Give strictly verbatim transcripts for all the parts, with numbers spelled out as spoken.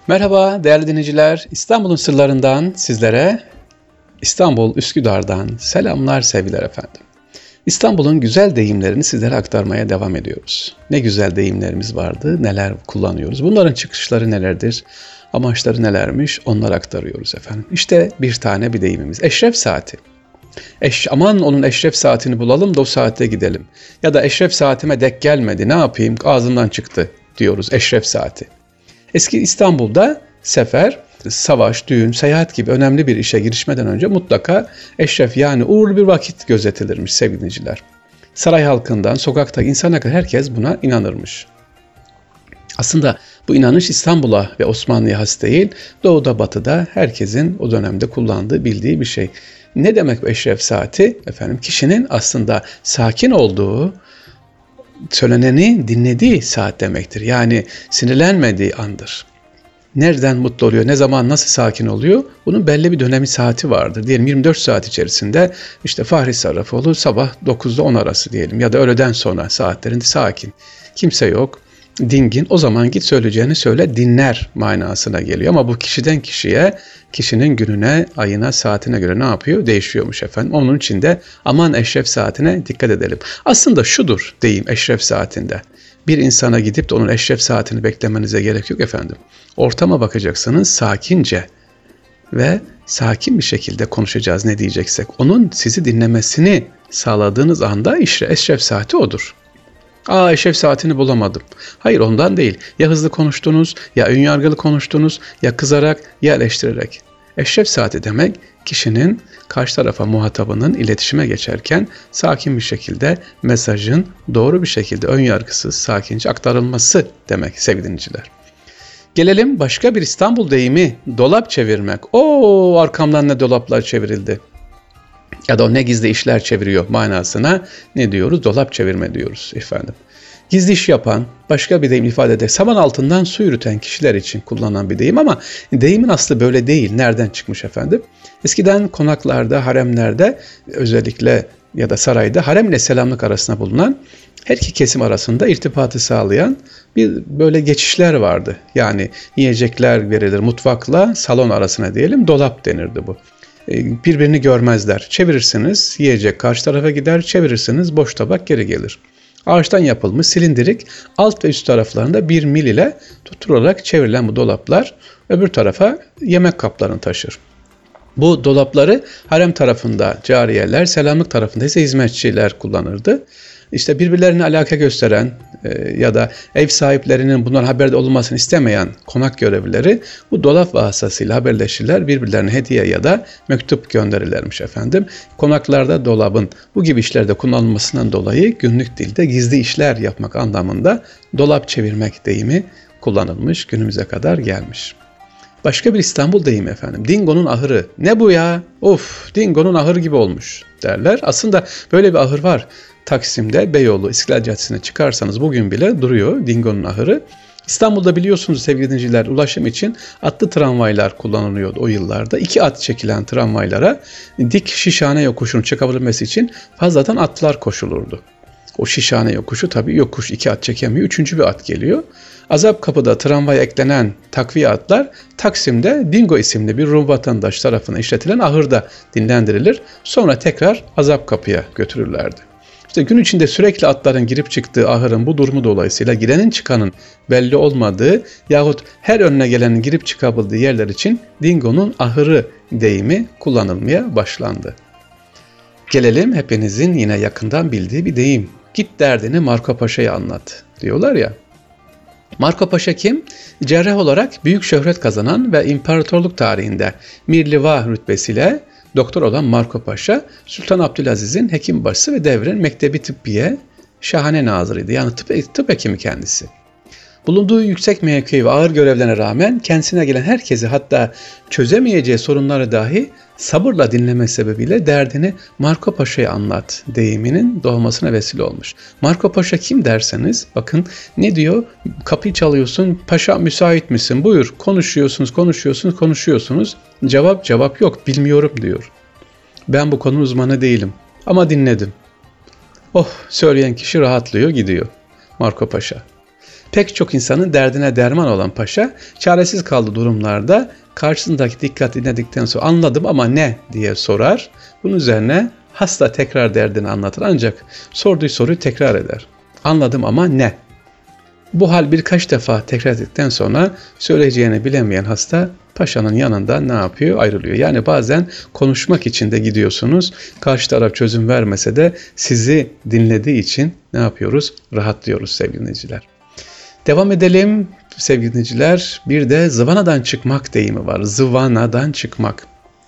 Merhaba değerli dinleyiciler, İstanbul'un sırlarından sizlere İstanbul Üsküdar'dan selamlar, sevgiler efendim. İstanbul'un güzel deyimlerini sizlere aktarmaya devam ediyoruz. Ne güzel deyimlerimiz vardı, neler kullanıyoruz. Bunların çıkışları nelerdir, amaçları nelermiş, onları aktarıyoruz efendim. İşte bir tane bir deyimimiz, eşref saati. Eş, aman onun eşref saatini bulalım da o saatte gidelim. Ya da eşref saatime dek gelmedi, ne yapayım, ağzımdan çıktı diyoruz eşref saati. Eski İstanbul'da sefer, savaş, düğün, seyahat gibi önemli bir işe girişmeden önce mutlaka eşref yani uğurlu bir vakit gözetilirmiş sevgili dinleyiciler. Saray halkından sokaktaki insana kadar herkes buna inanırmış. Aslında bu inanış İstanbul'a ve Osmanlı'ya has değil, doğuda batıda herkesin o dönemde kullandığı, bildiği bir şey. Ne demek bu eşref saati? Efendim kişinin aslında sakin olduğu, söyleneni dinlediği saat demektir. Yani sinirlenmediği andır. Nereden mutlu oluyor, ne zaman, nasıl sakin oluyor? Bunun belli bir dönemi saati vardır. Diyelim yirmi dört saat içerisinde işte Fahri Sarrafoğlu sabah dokuzda on arası diyelim ya da öğleden sonra saatlerinde sakin. Kimse yok, dingin. O zaman git söyleyeceğini söyle, dinler manasına geliyor. Ama bu kişiden kişiye, kişinin gününe, ayına, saatine göre ne yapıyor? Değişiyormuş efendim. Onun için de aman eşref saatine dikkat edelim. Aslında şudur deyim eşref saatinde. Bir insana gidip de onun eşref saatini beklemenize gerek yok efendim. Ortama bakacaksınız sakince ve sakin bir şekilde konuşacağız ne diyeceksek. Onun sizi dinlemesini sağladığınız anda işte eşref saati odur. Aa eşref saatini bulamadım. Hayır ondan değil. Ya hızlı konuştunuz, ya önyargılı konuştunuz, ya kızarak, ya eleştirerek. Eşref saati demek kişinin karşı tarafa muhatabının iletişime geçerken sakin bir şekilde mesajın doğru bir şekilde önyargısız, sakince aktarılması demek sevgili dinleyiciler. Gelelim başka bir İstanbul deyimi, dolap çevirmek. Oo arkamdan ne dolaplar çevrildi. Ya da o ne gizli işler çeviriyor manasına ne diyoruz? Dolap çevirme diyoruz efendim. Gizli iş yapan, başka bir deyim ifade eder. Saman altından su yürüten kişiler için kullanılan bir deyim ama deyimin aslı böyle değil. Nereden çıkmış efendim? Eskiden konaklarda, haremlerde özellikle ya da sarayda harem ile selamlık arasında bulunan her iki kesim arasında irtibatı sağlayan bir böyle geçişler vardı. Yani yiyecekler verilir mutfakla salon arasına diyelim dolap denirdi bu. Birbirini görmezler. Çevirirsiniz yiyecek karşı tarafa gider, çevirirsiniz boş tabak geri gelir. Ağaçtan yapılmış silindirik alt ve üst taraflarında bir mil ile tutturularak çevrilen bu dolaplar öbür tarafa yemek kaplarını taşır. Bu dolapları harem tarafında cariyeler, selamlık tarafında ise hizmetçiler kullanırdı. İşte birbirlerine alaka gösteren e, ya da ev sahiplerinin bundan haberde olunmasını istemeyen konak görevlileri bu dolap vasıtasıyla haberleşirler, birbirlerine hediye ya da mektup gönderirlermiş efendim. Konaklarda dolabın bu gibi işlerde kullanılmasından dolayı günlük dilde gizli işler yapmak anlamında dolap çevirmek deyimi kullanılmış, günümüze kadar gelmiş. Başka bir İstanbul deyimi efendim. Dingo'nun ahırı. Ne bu ya? Of, Dingo'nun ahırı gibi olmuş derler. Aslında böyle bir ahır var. Taksim'de Beyoğlu İstiklal Caddesi'ne çıkarsanız bugün bile duruyor Dingo'nun ahırı. İstanbul'da biliyorsunuz sevgili dinleyiciler ulaşım için atlı tramvaylar kullanılıyordu o yıllarda. İki at çekilen tramvaylara dik Şişhane yokuşunu çıkabilmesi için fazladan atlar koşulurdu. O Şişhane yokuşu tabii yokuş iki at çekemiyor. Üçüncü bir at geliyor. Azapkapı'da tramvaya eklenen takviye atlar Taksim'de Dingo isimli bir Rum vatandaş tarafından işletilen ahırda dinlendirilir. Sonra tekrar Azapkapı'ya götürürlerdi. İşte gün içinde sürekli atların girip çıktığı ahırın bu durumu dolayısıyla girenin çıkanın belli olmadığı yahut her önüne gelenin girip çıkabildiği yerler için Dingo'nun ahırı deyimi kullanılmaya başlandı. Gelelim hepinizin yine yakından bildiği bir deyim. Git derdini Marco Paşa'ya anlat diyorlar ya. Marco Paşa kim? Cerrah olarak büyük şöhret kazanan ve imparatorluk tarihinde Mirliva rütbesiyle doktor olan Marco Paşa, Sultan Abdülaziz'in hekimbaşısı ve devrin Mektebi Tıbbiye şahane nazırıydı. Yani tıp, tıp hekimi kendisi. Bulunduğu yüksek mevki ve ağır görevlerine rağmen kendisine gelen herkesi hatta çözemeyeceği sorunları dahi sabırla dinleme sebebiyle derdini Marco Paşa'ya anlat deyiminin doğmasına vesile olmuş. Marco Paşa kim derseniz bakın ne diyor? Kapıyı çalıyorsun, paşa müsait misin? Buyur, konuşuyorsunuz, konuşuyorsunuz, konuşuyorsunuz. Cevap cevap yok, bilmiyorum diyor. Ben bu konu uzmanı değilim ama dinledim. Oh, söyleyen kişi rahatlıyor gidiyor Marco Paşa. Pek çok insanın derdine derman olan paşa çaresiz kaldığı durumlarda karşısındaki dikkat dinledikten sonra anladım ama ne diye sorar. Bunun üzerine hasta tekrar derdini anlatır ancak sorduğu soruyu tekrar eder. Anladım ama ne? Bu hal birkaç defa tekrar ettikten sonra söyleyeceğini bilemeyen hasta paşanın yanında ne yapıyor? Ayrılıyor. Yani bazen konuşmak için de gidiyorsunuz. Karşı taraf çözüm vermese de sizi dinlediği için ne yapıyoruz? Rahatlıyoruz sevgili dinleyiciler. Devam edelim sevgili dinleyiciler. Bir de zıvanadan çıkmak deyimi var. Zıvanadan çıkmak.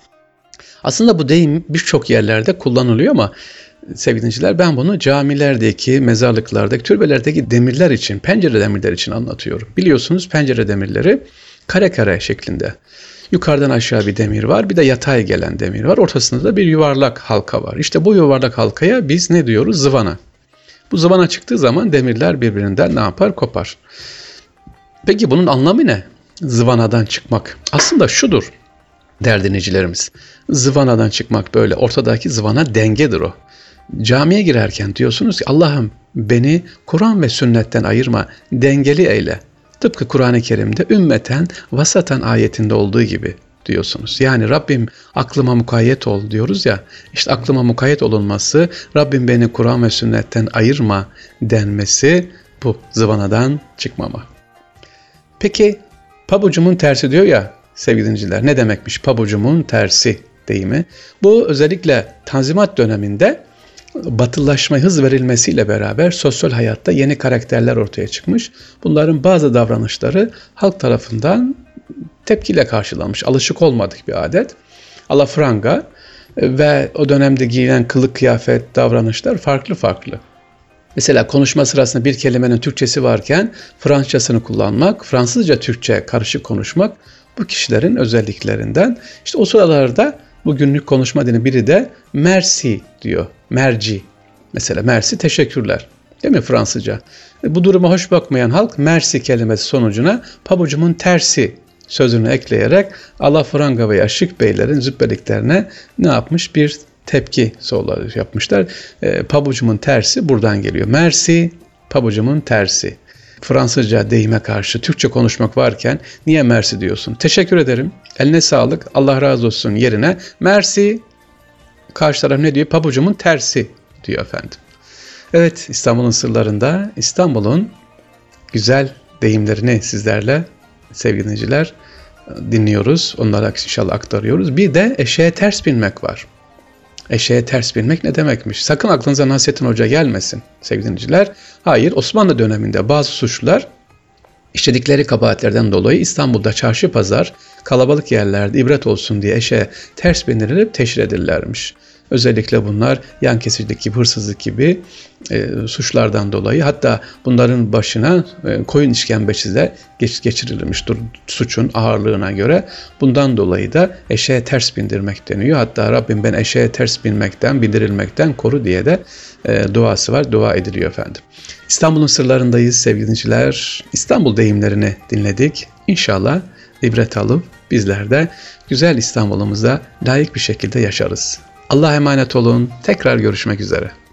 Aslında bu deyim birçok yerlerde kullanılıyor ama sevgili dinleyiciler ben bunu camilerdeki, mezarlıklardaki, türbelerdeki demirler için, pencere demirler için anlatıyorum. Biliyorsunuz pencere demirleri kare kare şeklinde. Yukarıdan aşağı bir demir var, bir de yatay gelen demir var. Ortasında da bir yuvarlak halka var. İşte bu yuvarlak halkaya biz ne diyoruz? Zıvana. Bu zıvana çıktığı zaman demirler birbirinden ne yapar? Kopar. Peki bunun anlamı ne? Zıvanadan çıkmak. Aslında şudur değerli dinleyicilerimiz. Zıvanadan çıkmak böyle. Ortadaki zıvana dengedir o. Camiye girerken diyorsunuz ki Allah'ım beni Kur'an ve sünnetten ayırma, dengeli eyle. Tıpkı Kur'an-ı Kerim'de ümmeten vasatan ayetinde olduğu gibi diyorsunuz. Yani Rabbim aklıma mukayyet ol diyoruz ya. İşte aklıma mukayyet olunması, Rabbim beni Kur'an ve sünnetten ayırma denmesi bu zıvanadan çıkmama. Peki pabucumun tersi diyor ya sevgili dinleyiciler, ne demekmiş pabucumun tersi deyimi? Bu özellikle Tanzimat döneminde batılılaşmaya hız verilmesiyle beraber sosyal hayatta yeni karakterler ortaya çıkmış. Bunların bazı davranışları halk tarafından tepkiyle karşılanmış. Alışık olmadık bir adet. Alafranga ve o dönemde giyilen kılık, kıyafet, davranışlar farklı farklı. Mesela konuşma sırasında bir kelimenin Türkçesi varken Fransızcasını kullanmak, Fransızca Türkçe karışık konuşmak bu kişilerin özelliklerinden. İşte o sıralarda bu günlük konuşma dilinin biri de merci diyor. Merci. Mesela merci teşekkürler. Değil mi Fransızca? Bu duruma hoş bakmayan halk merci kelimesi sonucuna pabucumun tersi sözünü ekleyerek alafranga veya şık beylerin züppeliklerine ne yapmış? Bir tepki yapmışlar. E, pabucumun tersi buradan geliyor. Merci, pabucumun tersi. Fransızca deyime karşı Türkçe konuşmak varken niye merci diyorsun? Teşekkür ederim. Eline sağlık. Allah razı olsun yerine merci. Karşı taraf ne diyor? Pabucumun tersi diyor efendim. Evet, İstanbul'un sırlarında İstanbul'un güzel deyimlerini sizlerle sevgili dinleyiciler dinliyoruz. Onları inşallah aktarıyoruz. Bir de eşeğe ters binmek var. Eşeğe ters binmek ne demekmiş? Sakın aklınıza Nasrettin Hoca gelmesin sevgili dinleyiciler. Hayır, Osmanlı döneminde bazı suçlular işledikleri kabahatlerden dolayı İstanbul'da çarşı pazar kalabalık yerlerde ibret olsun diye eşeğe ters bindirilip teşhir edilirlermiş. Özellikle bunlar yan kesicilik gibi, hırsızlık gibi e, suçlardan dolayı, hatta bunların başına e, koyun işkembesi de geç, geçirilmiş suçun ağırlığına göre. Bundan dolayı da eşeğe ters bindirmek deniyor. Hatta Rabbim ben eşeğe ters binmekten, bindirilmekten koru diye de e, duası var, dua ediliyor efendim. İstanbul'un sırlarındayız sevgili dinleyiciler. İstanbul deyimlerini dinledik. İnşallah ibret alıp bizler de güzel İstanbul'umuzda layık bir şekilde yaşarız. Allah'a emanet olun. Tekrar görüşmek üzere.